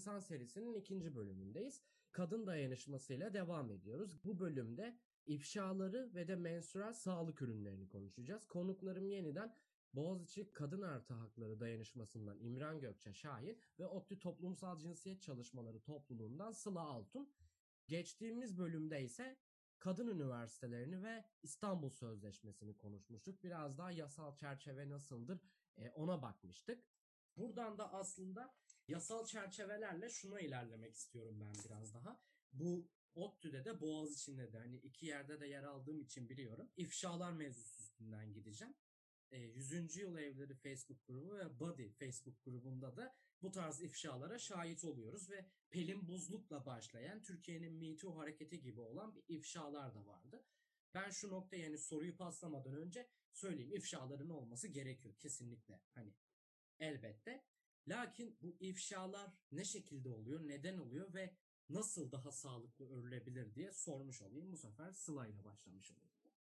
İnsan serisinin 2. bölümündeyiz. Kadın dayanışmasıyla devam ediyoruz. Bu bölümde ifşaları ve de menstrual sağlık ürünlerini konuşacağız. Konuklarım yeniden Boğaziçi Kadın Artı Hakları Dayanışması'ndan İmran Gökçe Şahin ve ODTÜ Toplumsal Cinsiyet Çalışmaları Topluluğu'ndan Sıla Altun. Geçtiğimiz bölümde ise kadın üniversitelerini ve İstanbul Sözleşmesi'ni konuşmuştuk. Biraz daha yasal çerçeve nasıldır ona bakmıştık. Buradan da aslında yasal çerçevelerle şuna ilerlemek istiyorum ben biraz daha. Bu ODTÜ'de de Boğaziçi'nde de hani iki yerde de yer aldığım için biliyorum. İfşalar mevzusu üstünden gideceğim. 100. Yıl Evleri Facebook grubu ve Body Facebook grubunda da bu tarz ifşalara şahit oluyoruz ve Pelin Buzluk'la başlayan Türkiye'nin Me Too hareketi gibi olan bir ifşalar da vardı. Ben şu noktaya yani soruyu paslamadan önce söyleyeyim, ifşaların olması gerekiyor kesinlikle, hani elbette. Lakin bu ifşalar ne şekilde oluyor, neden oluyor ve nasıl daha sağlıklı örülebilir diye sormuş olayım. Bu sefer Sıla ile başlamış olayım.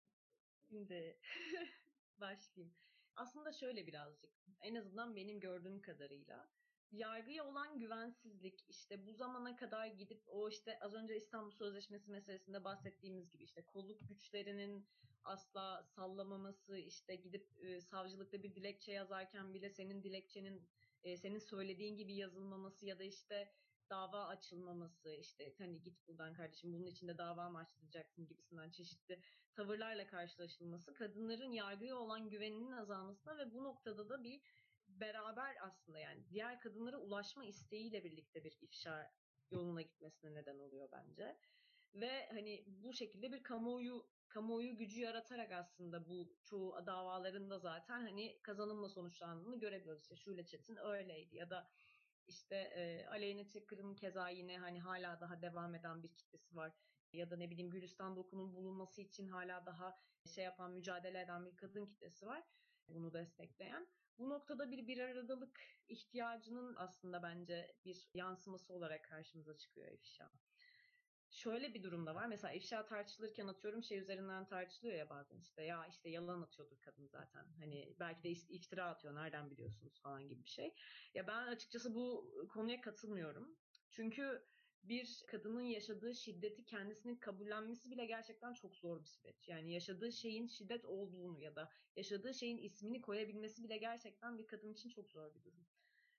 Şimdi başlayayım. Aslında şöyle birazcık, en azından benim gördüğüm kadarıyla yargıya olan güvensizlik, işte bu zamana kadar gidip o işte az önce İstanbul Sözleşmesi meselesinde bahsettiğimiz gibi işte kolluk güçlerinin asla sallamaması, işte gidip savcılıkta bir dilekçe yazarken bile senin dilekçenin senin söylediğin gibi yazılmaması ya da işte dava açılmaması, işte hani git buradan kardeşim bunun için de dava mı açılacaksın gibisinden çeşitli tavırlarla karşılaşılması kadınların yargıya olan güveninin azalmasına ve bu noktada da bir beraber aslında yani diğer kadınlara ulaşma isteğiyle birlikte bir ifşa yoluna gitmesine neden oluyor bence. Ve hani bu şekilde bir kamuoyu gücü yaratarak aslında bu çoğu davalarında zaten hani kazanımla sonuçlandığını görebiliyoruz. İşte Şule Çetin öyleydi ya da işte Aleyna Çakır'ın keza yine hani hala daha devam eden bir kitlesi var. Ya da ne bileyim Gülistan Doku'nun bulunması için hala daha yapan, mücadele eden bir kadın kitlesi var. Bunu destekleyen. Bu noktada bir aradalık ihtiyacının aslında bence bir yansıması olarak karşımıza çıkıyor ifşa. Şöyle bir durumda var. Mesela ifşa tartışılırken atıyorum üzerinden tartışılıyor ya bazen işte ya işte yalan atıyordur kadın zaten. Hani belki de iftira atıyor nereden biliyorsunuz falan gibi bir şey. Ya ben açıkçası bu konuya katılmıyorum. Çünkü bir kadının yaşadığı şiddeti kendisinin kabullenmesi bile gerçekten çok zor bir süreç. Yani yaşadığı şeyin şiddet olduğunu ya da yaşadığı şeyin ismini koyabilmesi bile gerçekten bir kadın için çok zor bir durum.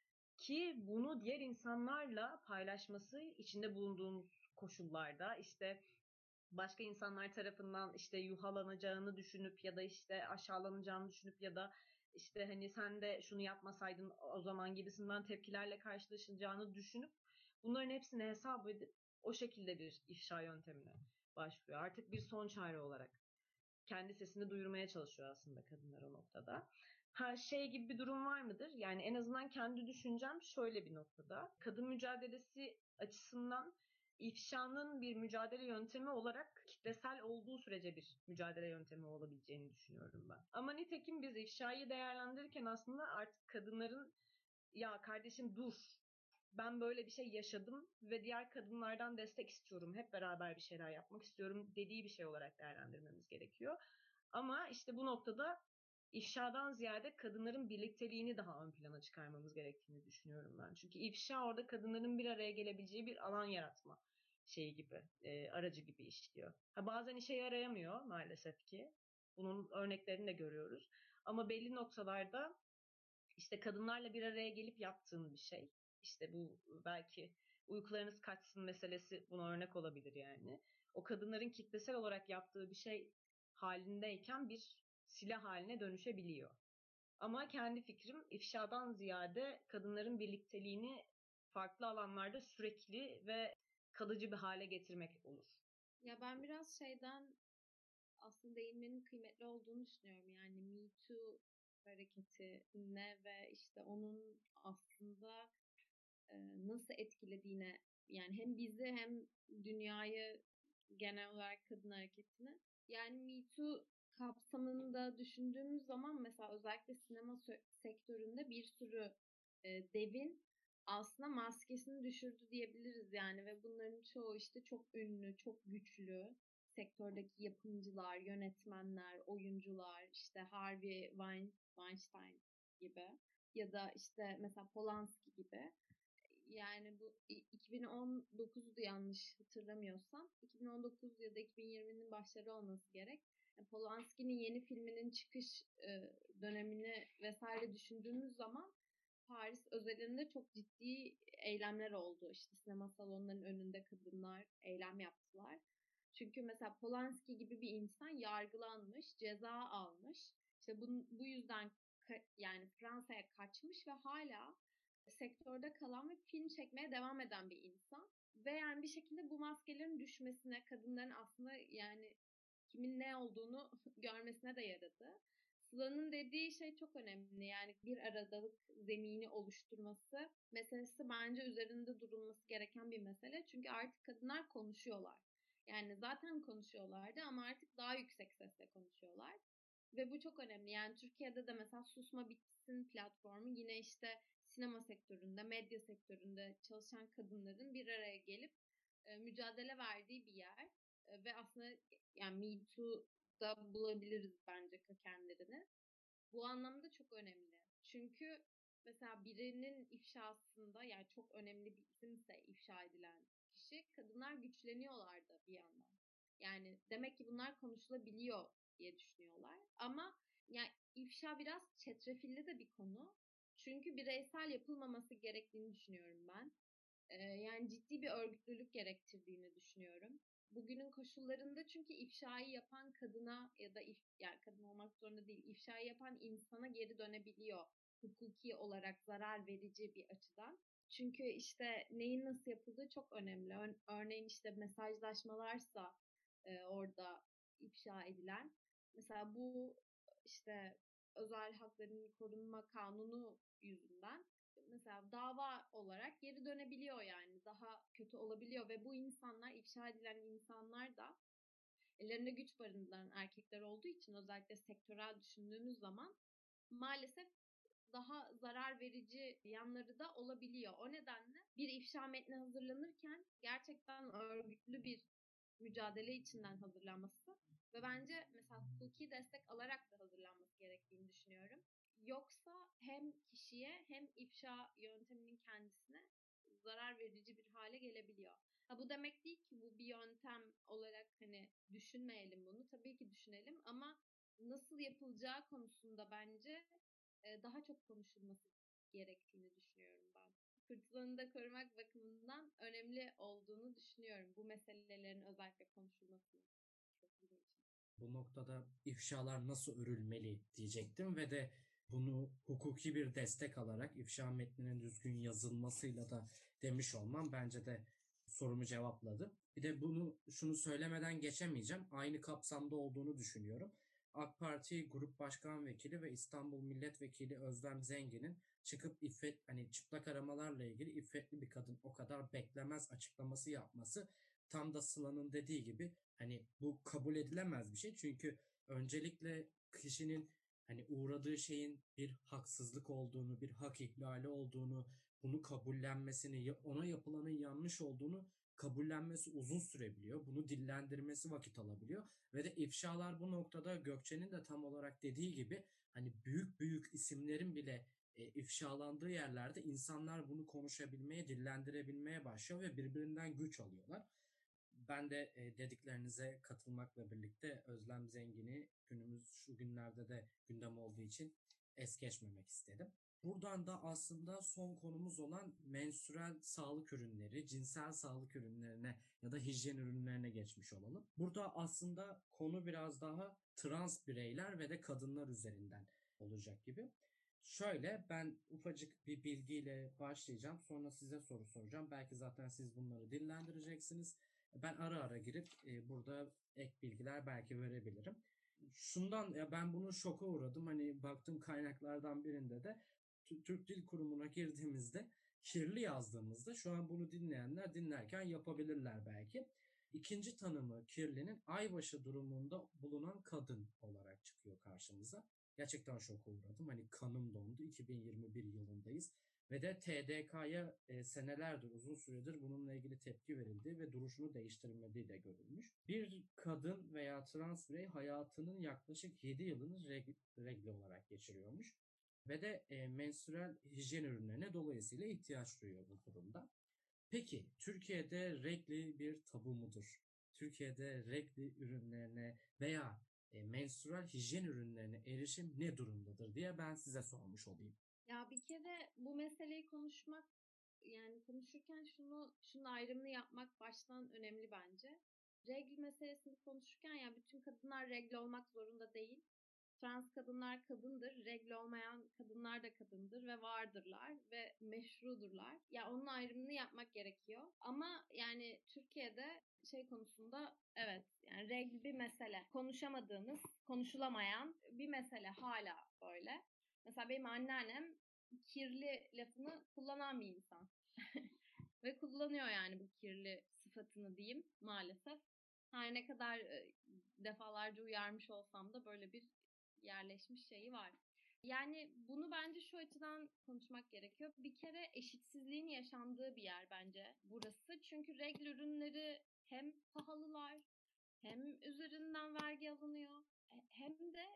Ki bunu diğer insanlarla paylaşması içinde bulunduğumuz koşullarda işte başka insanlar tarafından işte yuhalanacağını düşünüp ya da işte aşağılanacağını düşünüp ya da işte hani sen de şunu yapmasaydın o zaman gibisinden tepkilerle karşılaşılacağını düşünüp bunların hepsini hesap edip o şekilde bir ifşa yöntemine başlıyor. Artık bir son çare olarak kendi sesini duyurmaya çalışıyor aslında kadınlar o noktada. Gibi bir durum var mıdır? Yani en azından kendi düşüncem şöyle bir noktada. Kadın mücadelesi açısından ifşanın bir mücadele yöntemi olarak kitlesel olduğu sürece bir mücadele yöntemi olabileceğini düşünüyorum ben. Ama nitekim biz ifşayı değerlendirirken aslında artık kadınların ya kardeşim dur, ben böyle bir şey yaşadım ve diğer kadınlardan destek istiyorum, hep beraber bir şeyler yapmak istiyorum dediği bir şey olarak değerlendirmemiz gerekiyor. Ama işte bu noktada ifşadan ziyade kadınların birlikteliğini daha ön plana çıkarmamız gerektiğini düşünüyorum ben. Çünkü ifşa orada kadınların bir araya gelebileceği bir alan yaratma gibi, aracı gibi işliyor. Bazen işe yarayamıyor maalesef ki. Bunun örneklerini de görüyoruz. Ama belli noktalarda işte kadınlarla bir araya gelip yaptığın bir şey. İşte bu belki uykularınız kaçsın meselesi buna örnek olabilir yani. O kadınların kitlesel olarak yaptığı bir şey halindeyken bir silah haline dönüşebiliyor. Ama kendi fikrim ifşadan ziyade kadınların birlikteliğini farklı alanlarda sürekli ve kalıcı bir hale getirmek olur. Ya ben biraz aslında değinmenin kıymetli olduğunu düşünüyorum. Yani Me Too hareketine ve işte onun aslında nasıl etkilediğine yani hem bizi hem dünyayı genel olarak kadın hareketini. Yani Me Too kapsamında düşündüğümüz zaman mesela özellikle sinema sektöründe bir sürü devin aslında maskesini düşürdü diyebiliriz yani ve bunların çoğu işte çok ünlü, çok güçlü sektördeki yapımcılar, yönetmenler, oyuncular, işte Harvey Weinstein gibi ya da işte mesela Polanski gibi. yani bu 2019'du yanlış hatırlamıyorsam. 2019 ya da 2020'nin başları olması gerek. Polanski'nin yeni filminin çıkış dönemini vesaire düşündüğümüz zaman Paris özelinde çok ciddi eylemler oldu. İşte sinema salonlarının önünde kadınlar eylem yaptılar. Çünkü mesela Polanski gibi bir insan yargılanmış, ceza almış. İşte bu yüzden yani Fransa'ya kaçmış ve hala sektörde kalan ve film çekmeye devam eden bir insan. Ve yani bir şekilde bu maskelerin düşmesine, kadınların aslında yani kimin ne olduğunu görmesine de yaradı. Sıla'nın dediği şey çok önemli. Yani bir aradalık zemini oluşturması meselesi bence üzerinde durulması gereken bir mesele. Çünkü artık kadınlar konuşuyorlar. Yani zaten konuşuyorlardı ama artık daha yüksek sesle konuşuyorlar. Ve bu çok önemli. Yani Türkiye'de de mesela Susma Bitsin platformu yine işte sinema sektöründe, medya sektöründe çalışan kadınların bir araya gelip mücadele verdiği bir yer. Ve aslında yani Me Too'da bulabiliriz bence kökenlerini. Bu anlamda çok önemli. Çünkü mesela birinin ifşasında yani çok önemli bir isimse ifşa edilen kişi kadınlar güçleniyorlar da bir yandan. Yani demek ki bunlar konuşulabiliyor diye düşünüyorlar. Ama yani ifşa biraz çetrefilli de bir konu. Çünkü bireysel yapılmaması gerektiğini düşünüyorum ben. Yani ciddi bir örgütlülük gerektirdiğini düşünüyorum. Bugünün koşullarında çünkü ifşayı yapan kadına ya da yani kadın olmak zorunda değil, ifşayı yapan insana geri dönebiliyor hukuki olarak zarar verici bir açıdan. Çünkü işte neyin nasıl yapıldığı çok önemli. Örneğin işte mesajlaşmalarsa orada ifşa edilen. Mesela bu işte özel hakların korunma kanunu yüzünden mesela dava olarak geri dönebiliyor yani daha kötü olabiliyor ve bu insanlar ifşa edilen insanlar da ellerinde güç barındıran erkekler olduğu için özellikle sektörel düşündüğümüz zaman maalesef daha zarar verici yanları da olabiliyor. O nedenle bir ifşa metni hazırlanırken gerçekten örgütlü bir mücadele içinden hazırlanması ve bence mesela hukuki destek alarak da hazırlanması gerektiğini düşünüyorum. Yoksa hem kişiye hem ifşa yönteminin kendisine zarar verici bir hale gelebiliyor. Ha, bu demek değil ki bu bir yöntem olarak hani düşünmeyelim bunu. Tabii ki düşünelim ama nasıl yapılacağı konusunda bence daha çok konuşulması gerektiğini düşünüyorum ben. Fırtınanı da korumak bakımından önemli olduğunu düşünüyorum. Bu meselelerin özellikle konuşulması bizim için. Bu noktada ifşalar nasıl örülmeli diyecektim ve de bunu hukuki bir destek alarak ifşa metninin düzgün yazılmasıyla da demiş olmam bence de sorumu cevapladı. Bir de şunu söylemeden geçemeyeceğim. Aynı kapsamda olduğunu düşünüyorum. AK Parti Grup Başkan Vekili ve İstanbul Milletvekili Özlem Zengin'in çıkıp hani çıplak aramalarla ilgili iffetli bir kadın o kadar beklemez açıklaması yapması tam da Sıla'nın dediği gibi hani bu kabul edilemez bir şey. Çünkü öncelikle kişinin hani uğradığı şeyin bir haksızlık olduğunu, bir hak ihlali olduğunu, bunu kabullenmesini, ona yapılanın yanlış olduğunu kabullenmesi uzun sürebiliyor. Bunu dillendirmesi vakit alabiliyor. Ve de ifşalar bu noktada Gökçe'nin de tam olarak dediği gibi hani büyük büyük isimlerin bile ifşalandığı yerlerde insanlar bunu konuşabilmeye, dillendirebilmeye başlıyor ve birbirinden güç alıyorlar. Ben de dediklerinize katılmakla birlikte Özlem Zengin'i şu günlerde de gündem olduğu için es geçmemek istedim. Buradan da aslında son konumuz olan menstrüel sağlık ürünleri, cinsel sağlık ürünlerine ya da hijyen ürünlerine geçmiş olalım. Burada aslında konu biraz daha trans bireyler ve de kadınlar üzerinden olacak gibi. Şöyle ben ufacık bir bilgiyle başlayacağım. Sonra size soru soracağım. Belki zaten siz bunları dillendireceksiniz. Ben ara ara girip burada ek bilgiler belki verebilirim. Şundan ya ben bunun şoka uğradım. Hani baktım kaynaklardan birinde de Türk Dil Kurumu'na girdiğimizde kirli yazdığımızda şu an bunu dinleyenler dinlerken yapabilirler belki. İkinci tanımı kirlinin aybaşı durumunda bulunan kadın olarak çıkıyor karşımıza. Gerçekten şoka uğradım. Hani kanım dondu. 2021 yılındayız. Ve de TDK'ya senelerdir, uzun süredir bununla ilgili tepki verildiği ve duruşunu değiştirilmediği de görülmüş. Bir kadın veya trans birey hayatının yaklaşık 7 yılını regle olarak geçiriyormuş. ve de menstrüel hijyen ürünlerine dolayısıyla ihtiyaç duyuyor bu durumda. Peki Türkiye'de regl bir tabu mudur? Türkiye'de regl ürünlerine veya menstrüel hijyen ürünlerine erişim ne durumdadır diye ben size sormuş olayım. Ya bir kere bu meseleyi konuşmak, yani konuşurken şunun ayrımını yapmak baştan önemli bence. Regl meselesini konuşurken ya bütün kadınlar regl olmak zorunda değil. Trans kadınlar kadındır, regl olmayan kadınlar da kadındır ve vardırlar ve meşrudurlar. Ya onun ayrımını yapmak gerekiyor. Ama yani Türkiye'de şey konusunda evet yani regl bir mesele. Konuşamadığımız, konuşulamayan bir mesele hala böyle. Mesela benim anneannem kirli lafını kullanan bir insan. Ve kullanıyor yani bu kirli sıfatını diyeyim maalesef. Her ne kadar defalarca uyarmış olsam da böyle bir yerleşmiş şeyi var. Yani bunu bence şu açıdan konuşmak gerekiyor. Bir kere eşitsizliğin yaşandığı bir yer bence burası. Çünkü regl ürünleri hem pahalılar, hem üzerinden vergi alınıyor, hem de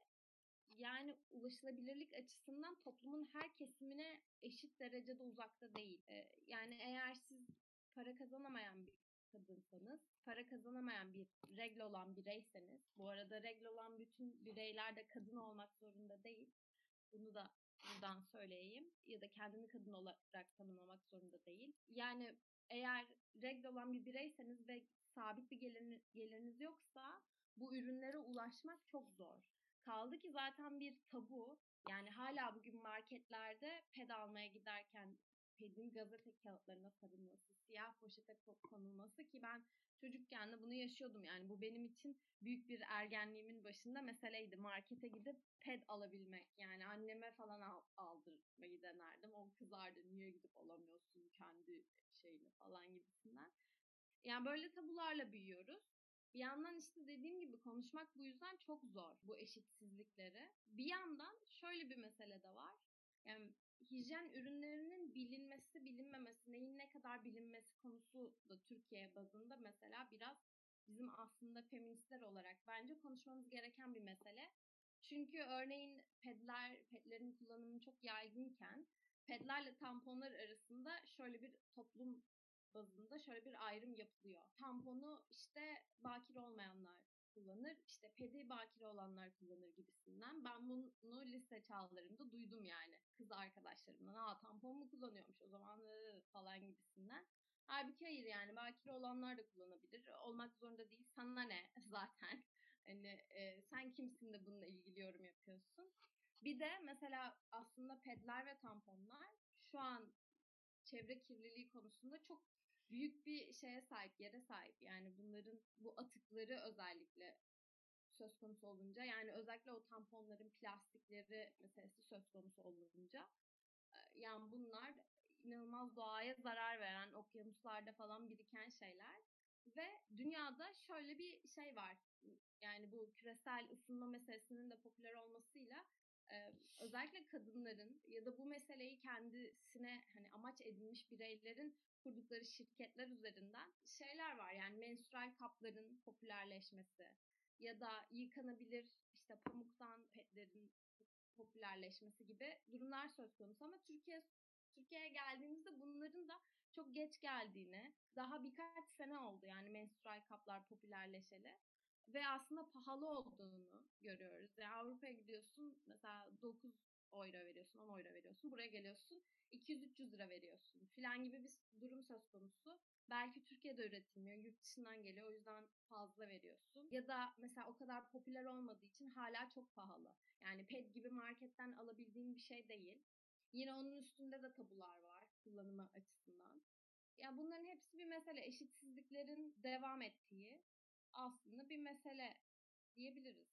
yani ulaşılabilirlik açısından toplumun her kesimine eşit derecede uzakta değil. Yani eğer siz para kazanamayan bir kadınsanız, para kazanamayan bir regl olan bireyseniz, bu arada regl olan bütün bireyler de kadın olmak zorunda değil. Bunu da buradan söyleyeyim. Ya da kendini kadın olarak tanımlamak zorunda değil. Yani eğer regl olan bir bireyseniz ve sabit bir geliriniz yoksa bu ürünlere ulaşmak çok zor. Kaldı ki zaten bir tabu. Yani hala bugün marketlerde ped almaya giderken pedin gazete kağıtlarına sarılması, siyah poşete konulması ki ben çocukken de bunu yaşıyordum. Yani bu benim için büyük bir ergenliğimin başında meseleydi. Markete gidip ped alabilmek. Yani anneme falan aldırmayı denerdim. O kızardı, niye gidip alamıyorsun kendi şeyini falan gibisinden. Yani böyle tabularla büyüyoruz. Bir yandan işte dediğim gibi konuşmak bu yüzden çok zor bu eşitsizlikleri. Bir yandan şöyle bir mesele de var. Yani hijyen ürünlerinin bilinmesi, bilinmemesi, neyin ne kadar bilinmesi konusu da Türkiye bazında mesela biraz bizim aslında feministler olarak bence konuşmamız gereken bir mesele. Çünkü örneğin pedlerin kullanımı çok yaygınken pedlerle tamponlar arasında şöyle bir toplum bazında şöyle bir ayrım yapılıyor. Tamponu işte bakire olmayanlar kullanır, işte pedi bakire olanlar kullanır gibisinden. Ben bunu lise çağlarımda duydum yani kız arkadaşlarımdan. Aa tampon mu kullanıyormuş o zaman falan gibisinden. Halbuki hayır yani bakire olanlar da kullanabilir. Olmak zorunda değil. Sana ne zaten. Hani sen kimsin de bununla ilgili yorum yapıyorsun. Bir de mesela aslında pedler ve tamponlar şu an çevre kirliliği konusunda çok büyük bir şeye sahip, yere sahip. Yani bunların bu atıkları özellikle söz konusu olunca yani özellikle o tamponların plastikleri meselesi söz konusu olunca yani bunlar inanılmaz doğaya zarar veren, okyanuslarda falan biriken şeyler. Ve dünyada şöyle bir şey var. Yani bu küresel ısınma meselesinin de popüler olmasıyla özellikle kadınların ya da bu meseleyi kendisine hani amaç edinmiş bireylerin kurdukları şirketler üzerinden şeyler var. Yani menstrual kapların popülerleşmesi ya da yıkanabilir işte pamuktan petlerin popülerleşmesi gibi durumlar söz konusu ama Türkiye'ye geldiğimizde bunların da çok geç geldiğini, daha birkaç sene oldu yani menstrual kaplar popülerleşeli ve aslında pahalı olduğunu görüyoruz. Yani Avrupa'ya gidiyorsun mesela 9 euro veriyorsun, 10 euro veriyorsun. Buraya geliyorsun 200-300 lira veriyorsun filan gibi bir durum söz konusu. Belki Türkiye'de üretilmiyor, yurt dışından geliyor o yüzden fazla veriyorsun. Ya da mesela o kadar popüler olmadığı için hala çok pahalı. Yani ped gibi marketten alabildiğin bir şey değil. Yine onun üstünde de tabular var kullanımı açısından. Ya bunların hepsi bir mesele. Eşitsizliklerin devam ettiği aslında bir mesele diyebiliriz.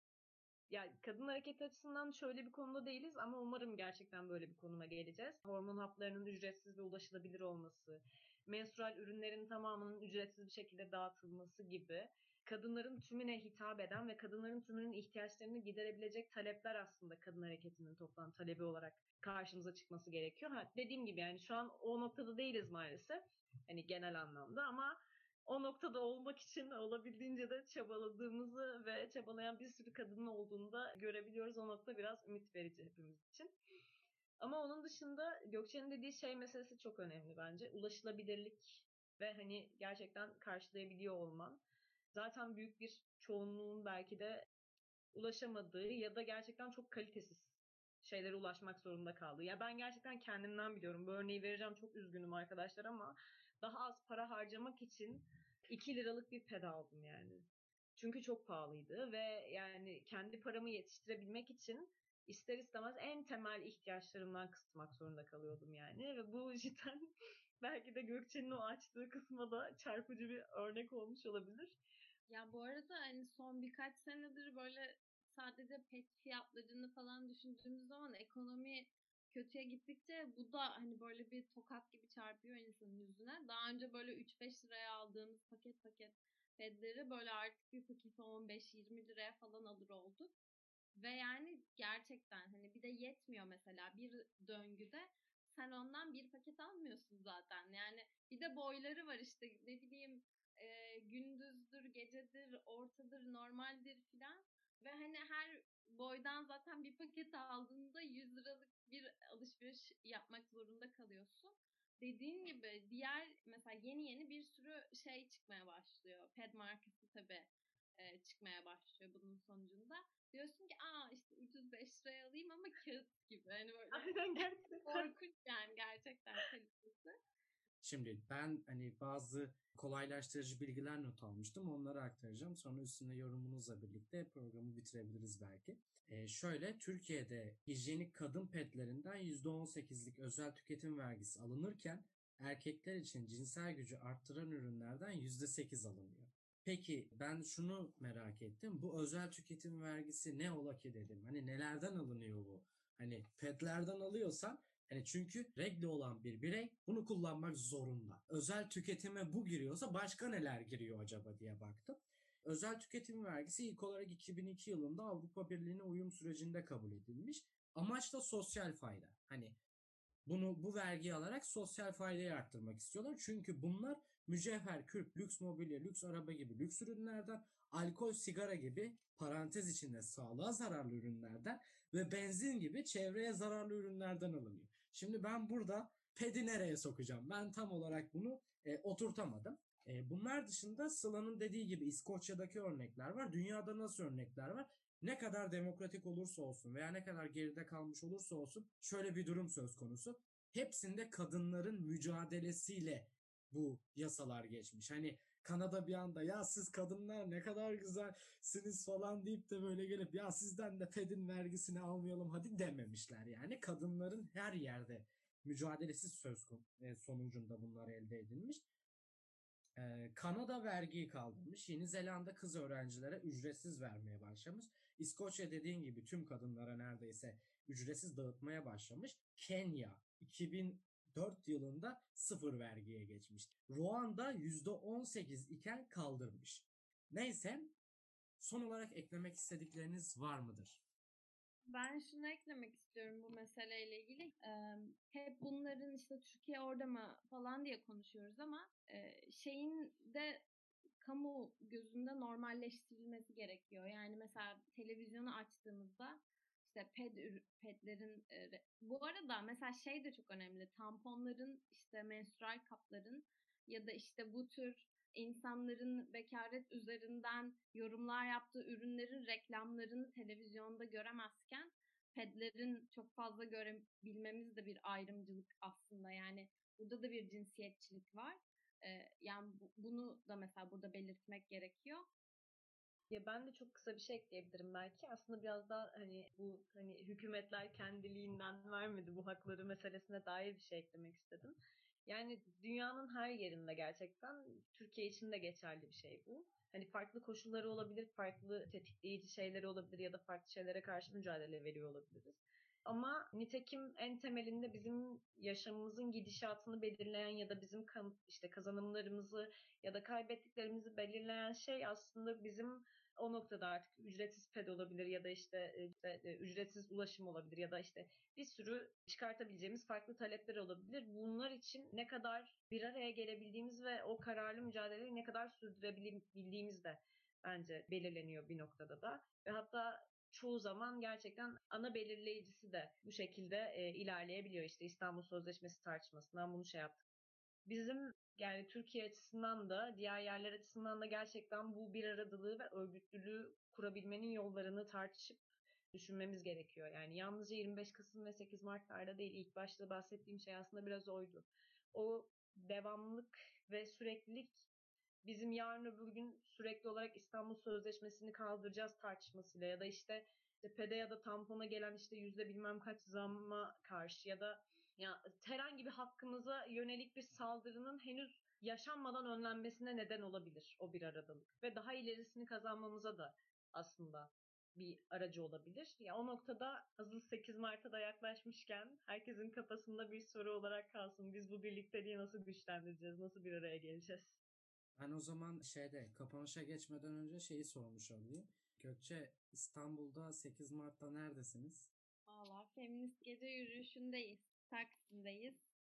Ya kadın hareketi açısından şöyle bir konuda değiliz ama umarım gerçekten böyle bir konuma geleceğiz. Hormon haplarının ücretsiz ve ulaşılabilir olması, menstrual ürünlerin tamamının ücretsiz bir şekilde dağıtılması gibi kadınların tümüne hitap eden ve kadınların tümünün ihtiyaçlarını giderebilecek talepler aslında kadın hareketinin toplam talebi olarak karşımıza çıkması gerekiyor. Dediğim gibi yani şu an o noktada değiliz maalesef. Hani genel anlamda ama o noktada olmak için olabildiğince de çabaladığımızı ve çabalayan bir sürü kadının olduğunu da görebiliyoruz. O nokta biraz ümit verici hepimiz için. Ama onun dışında Gökçe'nin dediği şey meselesi çok önemli bence. Ulaşılabilirlik ve hani gerçekten karşılayabiliyor olman. Zaten büyük bir çoğunluğun belki de ulaşamadığı ya da gerçekten çok kalitesiz şeylere ulaşmak zorunda kaldığı. Ya ben gerçekten kendimden biliyorum. Bu örneği vereceğim, çok üzgünüm arkadaşlar ama daha az para harcamak için 2 liralık bir ped aldım yani. Çünkü çok pahalıydı ve yani kendi paramı yetiştirebilmek için ister istemez en temel ihtiyaçlarımdan kısıtmak zorunda kalıyordum yani. Ve bu cidden belki de Gökçe'nin o açtığı kısma da çarpıcı bir örnek olmuş olabilir. Ya bu arada hani son birkaç senedir böyle sadece pet fiyatlarını falan düşündüğümüz zaman ekonomi kötüye gittikçe bu da hani böyle bir tokat gibi çarpıyor insanın yüzüne. Daha önce böyle 3-5 liraya aldığımız paket petleri böyle artık bir paketi 15-20 liraya falan alır olduk. Ve yani gerçekten hani bir de yetmiyor mesela bir döngüde sen ondan bir paket almıyorsun zaten. Yani bir de boyları var işte ne bileyim gündüzdür, gecedir, ortadır, normaldir filan. Ve hani her boydan zaten bir paket aldığında 100 liralık bir alışveriş yapmak zorunda kalıyorsun. Dediğin gibi diğer mesela yeni bir sürü şey çıkmaya başlıyor. Ped markası tabii çıkmaya başlıyor bunun sonucunda. Diyorsun ki işte ucuz 5 liraya alayım ama kağıt gibi. Hani böyle Aynen, gerçekten. korkunç yani gerçekten kalitesi. Şimdi ben hani bazı kolaylaştırıcı bilgiler not almıştım. Onları aktaracağım. Sonra üstüne yorumunuzla birlikte programı bitirebiliriz belki. Şöyle Türkiye'de hijyenik kadın pedlerinden %18'lik özel tüketim vergisi alınırken erkekler için cinsel gücü arttıran ürünlerden %8 alınıyor. Peki ben şunu merak ettim. Bu özel tüketim vergisi ne ola ki dedim. Hani nelerden alınıyor bu? Hani pedlerden alıyorsan hani çünkü regl olan bir birey bunu kullanmak zorunda. Özel tüketime bu giriyorsa başka neler giriyor acaba diye baktım. Özel tüketim vergisi ilk olarak 2002 yılında Avrupa Birliği'ne uyum sürecinde kabul edilmiş. Amaç da sosyal fayda. Hani bu vergiyi alarak sosyal faydayı arttırmak istiyorlar. Çünkü bunlar mücevher, kürk, lüks mobilya, lüks araba gibi lüks ürünlerden, alkol, sigara gibi parantez içinde sağlığa zararlı ürünlerden ve benzin gibi çevreye zararlı ürünlerden alınıyor. Şimdi ben burada pedi nereye sokacağım? Ben tam olarak bunu oturtamadım. Bunlar dışında Sıla'nın dediği gibi İskoçya'daki örnekler var. Dünyada nasıl örnekler var? Ne kadar demokratik olursa olsun veya ne kadar geride kalmış olursa olsun şöyle bir durum söz konusu. Hepsinde kadınların mücadelesiyle bu yasalar geçmiş. Hani Kanada bir anda ya siz kadınlar ne kadar güzelsiniz falan deyip de böyle gelip ya sizden de pedin vergisini almayalım hadi dememişler. Yani kadınların her yerde mücadelesi sonucunda bunlar elde edilmiş. Kanada vergiyi kaldırmış. Yeni Zelanda kız öğrencilere ücretsiz vermeye başlamış. İskoçya dediğin gibi tüm kadınlara neredeyse ücretsiz dağıtmaya başlamış. Kenya 2004 yılında sıfır vergiye geçmiş. Ruanda %18 iken kaldırmış. Neyse, son olarak eklemek istedikleriniz var mıdır? Ben şunu eklemek istiyorum bu meseleyle ilgili. Hep bunların işte Türkiye orada mı falan diye konuşuyoruz ama şeyin de kamu gözünde normalleştirilmesi gerekiyor. Yani mesela televizyonu açtığımızda işte pedlerin bu arada mesela şey de çok önemli. Tamponların işte menstrual kapların ya da işte bu tür insanların bekaret üzerinden yorumlar yaptığı ürünlerin reklamlarını televizyonda göremezken pedlerin çok fazla görebilmemiz de bir ayrımcılık aslında. Yani burada da bir cinsiyetçilik var. Yani bunu da mesela burada belirtmek gerekiyor. Ya ben de çok kısa bir şey ekleyebilirim belki. Aslında biraz daha hani bu hani hükümetler kendiliğinden vermedi bu hakları meselesine dair bir şey eklemek istedim. Yani dünyanın her yerinde gerçekten Türkiye için de geçerli bir şey bu. Hani farklı koşulları olabilir, farklı tetikleyici şeyleri olabilir ya da farklı şeylere karşı mücadele veriyor olabiliriz. Ama nitekim en temelinde bizim yaşamımızın gidişatını belirleyen ya da bizim işte kazanımlarımızı ya da kaybettiklerimizi belirleyen şey aslında bizim o noktada artık ücretsiz ped olabilir ya da işte ücretsiz ulaşım olabilir ya da işte bir sürü çıkartabileceğimiz farklı talepler olabilir. Bunlar için ne kadar bir araya gelebildiğimiz ve o kararlı mücadeleyi ne kadar sürdürebildiğimiz de bence belirleniyor bir noktada da. Ve hatta çoğu zaman gerçekten ana belirleyicisi de bu şekilde ilerleyebiliyor. İşte İstanbul Sözleşmesi tartışmasından bunu şey yaptık. Bizim yani Türkiye açısından da diğer yerler açısından da gerçekten bu bir aradılığı ve örgütlülüğü kurabilmenin yollarını tartışıp düşünmemiz gerekiyor. Yani yalnızca 25 Kasım ve 8 Mart'larda değil, ilk başta bahsettiğim şey aslında biraz oydu. O devamlılık ve süreklilik bizim yarın öbür gün sürekli olarak İstanbul Sözleşmesi'ni kaldıracağız tartışmasıyla ya da işte tepede ya da tampona gelen işte yüzde bilmem kaç zamma karşı ya da ya herhangi bir hakkımıza yönelik bir saldırının henüz yaşanmadan önlenmesine neden olabilir o bir aradalık. Ve daha ilerisini kazanmamıza da aslında bir aracı olabilir. Ya o noktada hazır 8 Mart'a da yaklaşmışken herkesin kafasında bir soru olarak kalsın. Biz bu birlikteliği nasıl güçlendireceğiz? Nasıl bir araya geleceğiz? Ben o zaman kapanışa geçmeden önce şeyi sormuş olayım. Gökçe, İstanbul'da 8 Mart'ta neredesiniz? Valla feminist gece yürüyüşündeyiz. Taksim'deyiz.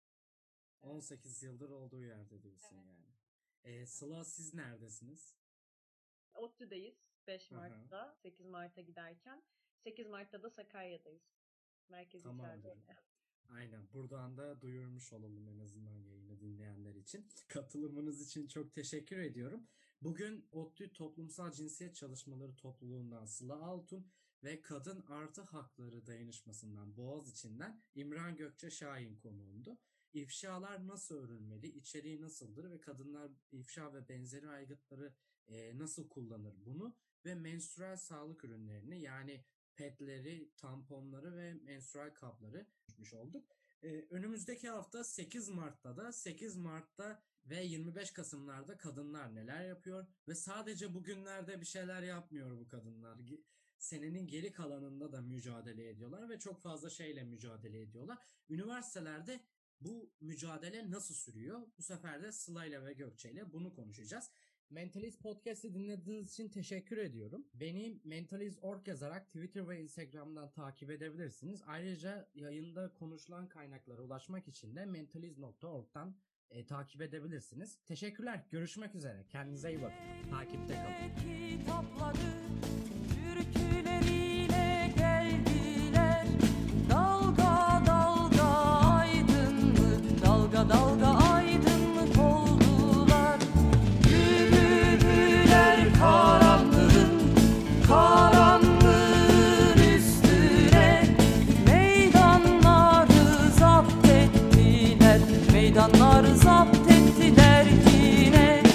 18 yıldır olduğu yerde diyorsun Evet. yani. Sıla, siz neredesiniz? ODTÜ'deyiz 5 Aha. Mart'ta 8 Mart'a giderken. 8 Mart'ta da Sakarya'dayız. Merkezi Tamamdır. içeride. Aynen. Buradan da duyurmuş olalım en azından yayını dinleyenler için. Katılımınız için çok teşekkür ediyorum. Bugün ODTÜ Toplumsal Cinsiyet Çalışmaları Topluluğundan Sıla Altun ve Kadın Artı Hakları Dayanışması'ndan Boğaziçi'nden İmran Gökçe Şahin konuğumdu. İfşalar nasıl örülmeli, içeriği nasıldır ve kadınlar ifşa ve benzeri aygıtları nasıl kullanır bunu ve menstrual sağlık ürünlerini yani pedleri, tamponları ve menstrual kapları düşmüş olduk. Önümüzdeki hafta 8 Mart'ta ve 25 Kasım'larda kadınlar neler yapıyor ve sadece bugünlerde bir şeyler yapmıyor bu kadınlar. Senenin geri kalanında da mücadele ediyorlar ve çok fazla şeyle mücadele ediyorlar. Üniversitelerde bu mücadele nasıl sürüyor? Bu sefer de Sıla'yla ve Gökçe'yle bunu konuşacağız. Mentalist Podcast'ı dinlediğiniz için teşekkür ediyorum. Beni Mentalist.org yazarak Twitter ve Instagram'dan takip edebilirsiniz. Ayrıca yayında konuşulan kaynaklara ulaşmak için de mentalist.org'dan takip edebilirsiniz. Teşekkürler. Görüşmek üzere. Kendinize iyi bakın. Takipte kalın. Kitapları türküleriyle geldiler. Dalga dalga aydınlık, dalga dalga aydınlık oldular. Yürüdüler karanlığın üstüne, meydanları zapt ettiler, meydanları